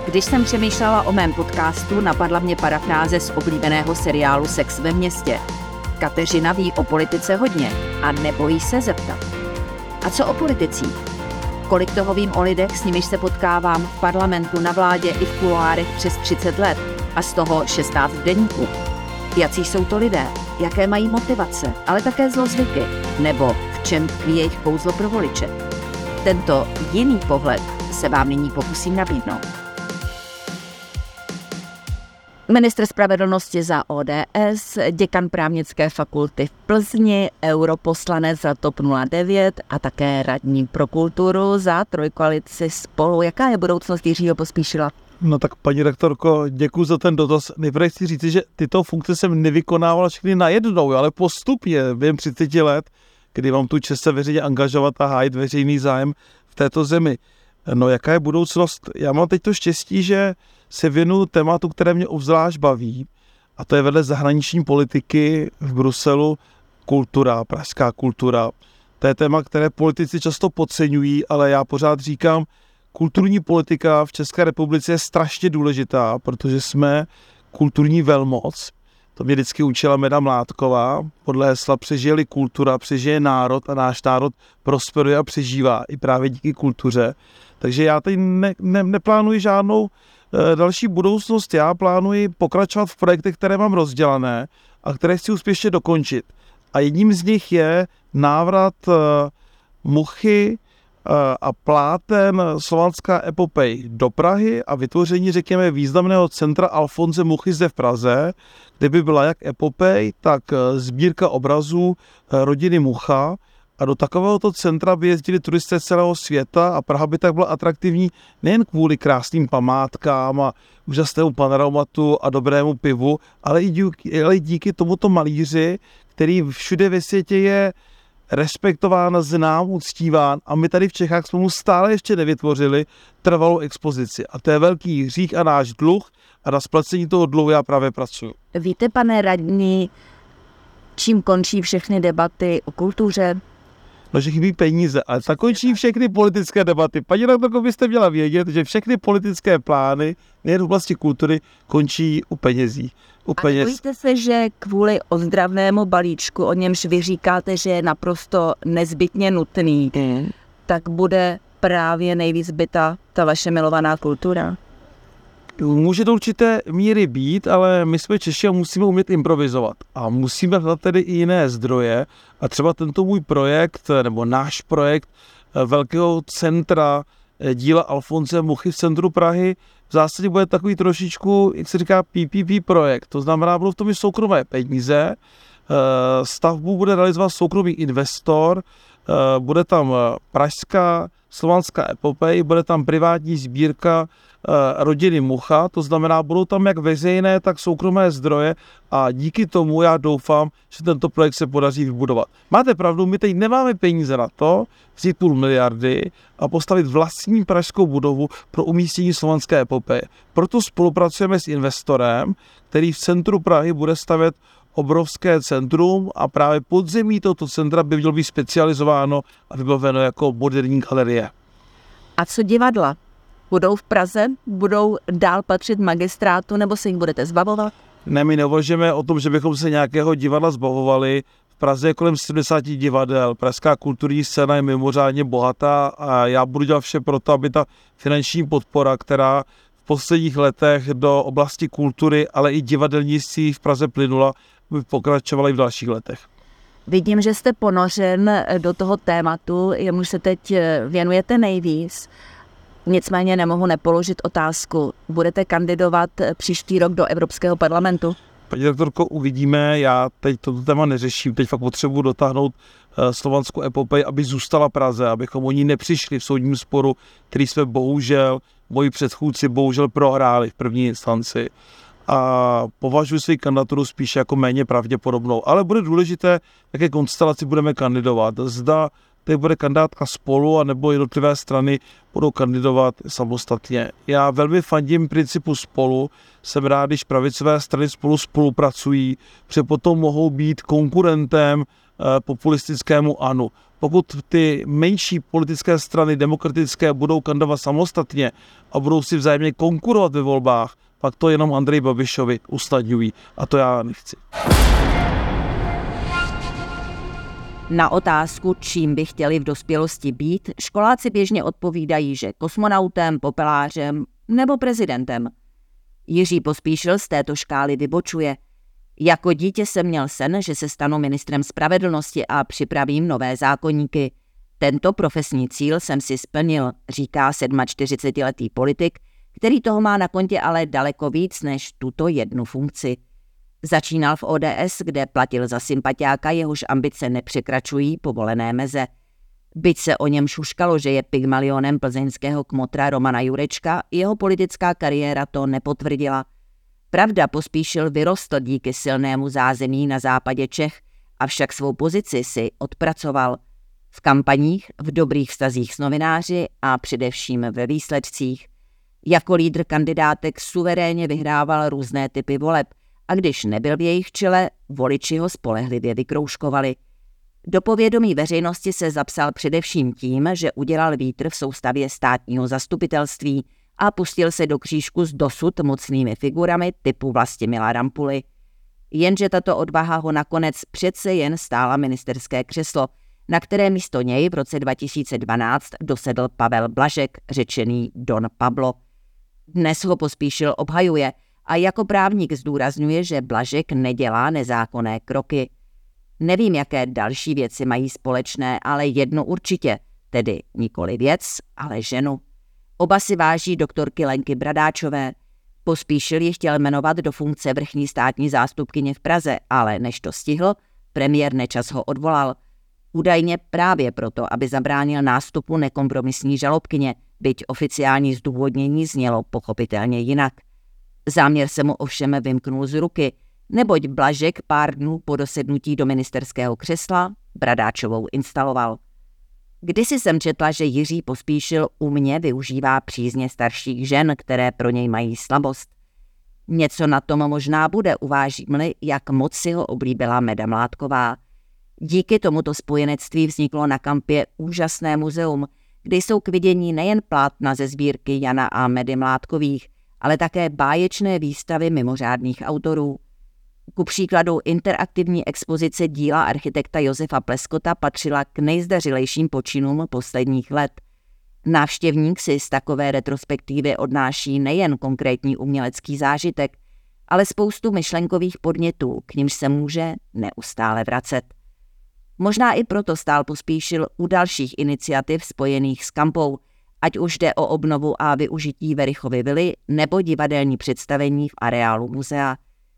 Když jsem přemýšlela o mém podcastu, napadla mě parafráze z oblíbeného seriálu Sex ve městě. Kateřina ví o politice hodně a nebojí se zeptat. A co o politicích? Kolik toho vím o lidech, s nimiž se potkávám v parlamentu, na vládě i v kuloárech přes 30 let a z toho 16 v deníku. Jací jsou to lidé, jaké mají motivace, ale také zlozvyky, nebo v čem tkví jejich kouzlo pro voliče. Tento jiný pohled se vám nyní pokusím nabídnout. Ministr spravedlnosti za ODS, děkan právnické fakulty v Plzni, europoslanec za TOP 09 a také radní pro kulturu za trojkoalici Spolu. Jaká je budoucnost Jiřího Pospíšila? No tak paní rektorko, děkuji za ten dotaz. Nejprve chci říct, že tyto funkce jsem nevykonával všechny najednou, ale postupně během 30 let, kdy mám tu čest se veřejně angažovat a hájit veřejný zájem v této zemi. No jaká je budoucnost? Já mám teď to štěstí, že se věnuju tématu, které mě obzvlášť baví, a to je vedle zahraniční politiky v Bruselu kultura, pražská kultura. To je téma, které politici často podceňují, ale já pořád říkám, kulturní politika v České republice je strašně důležitá, protože jsme kulturní velmoc. To mě vždycky učila Meda Mládková. Podle hesla přežije-li kultura, přežije národ a náš národ prosperuje a přežívá i právě díky kultuře. Takže já teď neplánuji žádnou další budoucnost. Já plánuji pokračovat v projektech, které mám rozdělané a které chci úspěšně dokončit. A jedním z nich je návrat Muchy a Pláten Slovanská epopej do Prahy a vytvoření, řekněme, významného centra Alfonse Muchy zde v Praze, kde by byla jak epopej, tak sbírka obrazů rodiny Mucha. A do takovéhoto centra by jezdili turisté z celého světa a Praha by tak byla atraktivní nejen kvůli krásným památkám a úžasnému panoramatu a dobrému pivu, ale i díky tomuto malíři, který všude ve světě je respektován, znám, uctíván, a my tady v Čechách jsme mu stále ještě nevytvořili trvalou expozici. A to je velký hřích a náš dluh, a na splacení toho dluhu já právě pracuji. Víte, pane radní, čím končí všechny debaty o kultuře? No, že chybí peníze, ale tak končí všechny politické debaty. Paní doktorko, byste měla vědět, že všechny politické plány, nejen v oblasti kultury, končí u penězí. A bojíte se, že kvůli ozdravnému balíčku, o němž vy říkáte, že je naprosto nezbytně nutný, tak bude právě nejvíc byta ta vaše milovaná kultura? Může do určité míry být, ale my jsme Češi a musíme umět improvizovat. A musíme hledat tedy i jiné zdroje. A třeba tento můj projekt, nebo náš projekt velkého centra díla Alfonse Muchy v centru Prahy, v zásadě bude takový trošičku, jak se říká, PPP projekt. To znamená, budou v tom i soukromé peníze, stavbu bude realizovat soukromý investor, bude tam pražská slovanská epopej, bude tam privátní sbírka rodiny Mucha, to znamená, budou tam jak veřejné, tak soukromé zdroje a díky tomu já doufám, že tento projekt se podaří vybudovat. Máte pravdu, my teď nemáme peníze na to, vzít 0,5 miliardy a postavit vlastní pražskou budovu pro umístění slovanské epopeje. Proto spolupracujeme s investorem, který v centru Prahy bude stavět obrovské centrum a právě podzemí tohoto centra by mělo být specializováno a vybaveno jako moderní galerie. A co divadla? Budou v Praze? Budou dál patřit magistrátu, nebo se jich budete zbavovat? Ne, my neuvažujeme o tom, že bychom se nějakého divadla zbavovali. V Praze je kolem 70 divadel. Pražská kulturní scéna je mimořádně bohatá a já budu dělat vše pro to, aby ta finanční podpora, která v posledních letech do oblasti kultury, ale i divadelnictví v Praze plynula, by pokračovala i v dalších letech. Vidím, že jste ponořen do toho tématu, jemuž se teď věnujete nejvíc. Nicméně nemohu nepoložit otázku. Budete kandidovat příští rok do Evropského parlamentu? Paní doktorko, uvidíme. Já teď toto téma neřeším. Teď fakt potřebuji dotáhnout slovanskou epopej, aby zůstala Praze, abychom o ní nepřišli v soudním sporu, který jsme moji předchůdci prohráli v první instanci. A považuji svou kandidaturu spíše jako méně pravděpodobnou. Ale bude důležité, jaké konstelaci budeme kandidovat. Zda tady bude kandidátka Spolu, anebo jednotlivé strany budou kandidovat samostatně. Já velmi fandím principu Spolu. Jsem rád, když pravicové strany spolupracují, protože potom mohou být konkurentem populistickému ANO. Pokud ty menší politické strany demokratické budou kandidovat samostatně a budou si vzájemně konkurovat ve volbách, pak to jenom Andreji Babišovi usnadňují. A to já nechci. Na otázku, čím by chtěli v dospělosti být, školáci běžně odpovídají, že kosmonautem, popelářem nebo prezidentem. Jiří Pospíšil z této škály vybočuje. Jako dítě jsem měl sen, že se stanu ministrem spravedlnosti a připravím nové zákoníky. Tento profesní cíl jsem si splnil, říká 47letý politik, který toho má na kontě ale daleko víc než tuto jednu funkci. Začínal v ODS, kde platil za sympatiáka, jehož ambice nepřekračují povolené meze. Byť se o něm šuškalo, že je pygmalionem plzeňského kmotra Romana Jurečka, jeho politická kariéra to nepotvrdila. Pravda, Pospíšil vyrostl díky silnému zázemí na západě Čech, avšak svou pozici si odpracoval. V kampaních, v dobrých vztazích s novináři a především ve výsledcích. Jako lídr kandidátek suverénně vyhrával různé typy voleb a když nebyl v jejich čele, voliči ho spolehlivě vykroužkovali. Do povědomí veřejnosti se zapsal především tím, že udělal vítr v soustavě státního zastupitelství a pustil se do křížku s dosud mocnými figurami typu Vlastimila Rampuly. Jenže tato odvaha ho nakonec přece jen stála ministerské křeslo, na které místo něj v roce 2012 dosedl Pavel Blažek, řečený Don Pablo. Dnes ho Pospíšil obhajuje a jako právník zdůrazňuje, že Blažek nedělá nezákonné kroky. Nevím, jaké další věci mají společné, ale jedno určitě, tedy nikoli věc, ale ženu. Oba si váží doktorky Lenky Bradáčové. Pospíšil ji chtěl jmenovat do funkce vrchní státní zástupkyně v Praze, ale než to stihl, premiér Nečas ho odvolal. Údajně právě proto, aby zabránil nástupu nekompromisní žalobkyně, byť oficiální zdůvodnění znělo pochopitelně jinak. Záměr se mu ovšem vymknul z ruky, neboť Blažek pár dnů po dosednutí do ministerského křesla Bradáčovou instaloval. Kdysi jsem četla, že Jiří Pospíšil umně využívá přízně starších žen, které pro něj mají slabost. Něco na tom možná bude, uvážím-li, jak moc si ho oblíbila Meda Mládková. Díky tomuto spojenectví vzniklo na kampě úžasné muzeum, kde jsou k vidění nejen plátna ze sbírky Jana a Medy Mládkových, ale také báječné výstavy mimořádných autorů. Ku příkladu interaktivní expozice díla architekta Josefa Pleskota patřila k nejzdařilejším počinům posledních let. Návštěvník si z takové retrospektivy odnáší nejen konkrétní umělecký zážitek, ale spoustu myšlenkových podnětů, k nimž se může neustále vracet. Možná i proto stál Pospíšil u dalších iniciativ spojených s kampou, ať už jde o obnovu a využití Werichovy vily nebo divadelní představení v areálu muzea.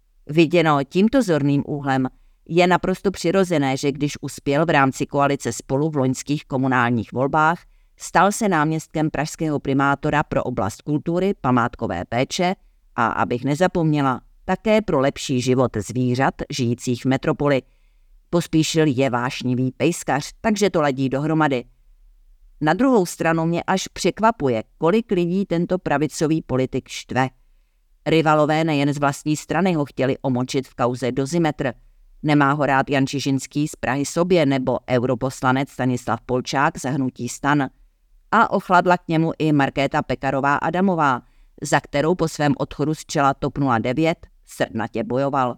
Viděno tímto zorným úhlem je naprosto přirozené, že když uspěl v rámci koalice Spolu v loňských komunálních volbách, stal se náměstkem pražského primátora pro oblast kultury, památkové péče a, abych nezapomněla, také pro lepší život zvířat žijících v metropoli. Pospíšil je vášnivý pejskař, takže to ladí dohromady. Na druhou stranu mě až překvapuje, kolik lidí tento pravicový politik štve. Rivalové nejen z vlastní strany ho chtěli omočit v kauze Dozimetr. Nemá ho rád Jan Čižinský z Prahy sobě nebo europoslanec Stanislav Polčák za hnutí STAN. A ochladla k němu i Markéta Pekarová Adamová, za kterou po svém odchodu z čela TOP 09 srdnatě bojoval.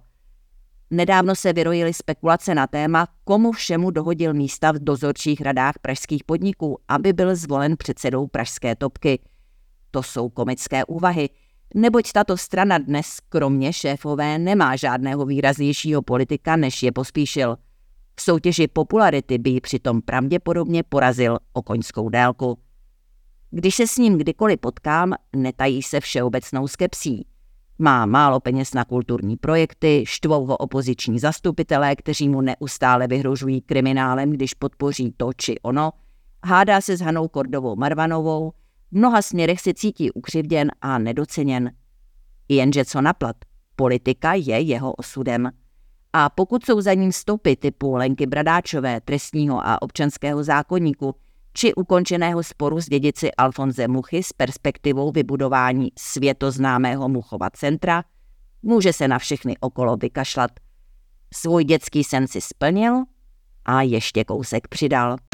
Nedávno se vyrojily spekulace na téma, komu všemu dohodil místa v dozorčích radách pražských podniků, aby byl zvolen předsedou pražské topky. To jsou komické úvahy, neboť tato strana dnes kromě šéfové nemá žádného výraznějšího politika, než je Pospíšil. V soutěži popularity by ji přitom pravděpodobně porazil o koňskou délku. Když se s ním kdykoliv potkám, netají se všeobecnou skepsí. Má málo peněz na kulturní projekty, štvou ho opoziční zastupitelé, kteří mu neustále vyhrožují kriminálem, když podpoří to či ono, hádá se s Hanou Kordovou Marvanovou, v mnoha směrech se cítí ukřivděn a nedoceněn. Jenže co naplat, politika je jeho osudem. A pokud jsou za ním stopy typu Lenky Bradáčové, trestního a občanského zákoníku, či ukončeného sporu s dědici Alfonse Muchy s perspektivou vybudování světoznámého Muchova centra, může se na všechny okolo vykašlat. Svůj dětský sen si splnil A ještě kousek přidal.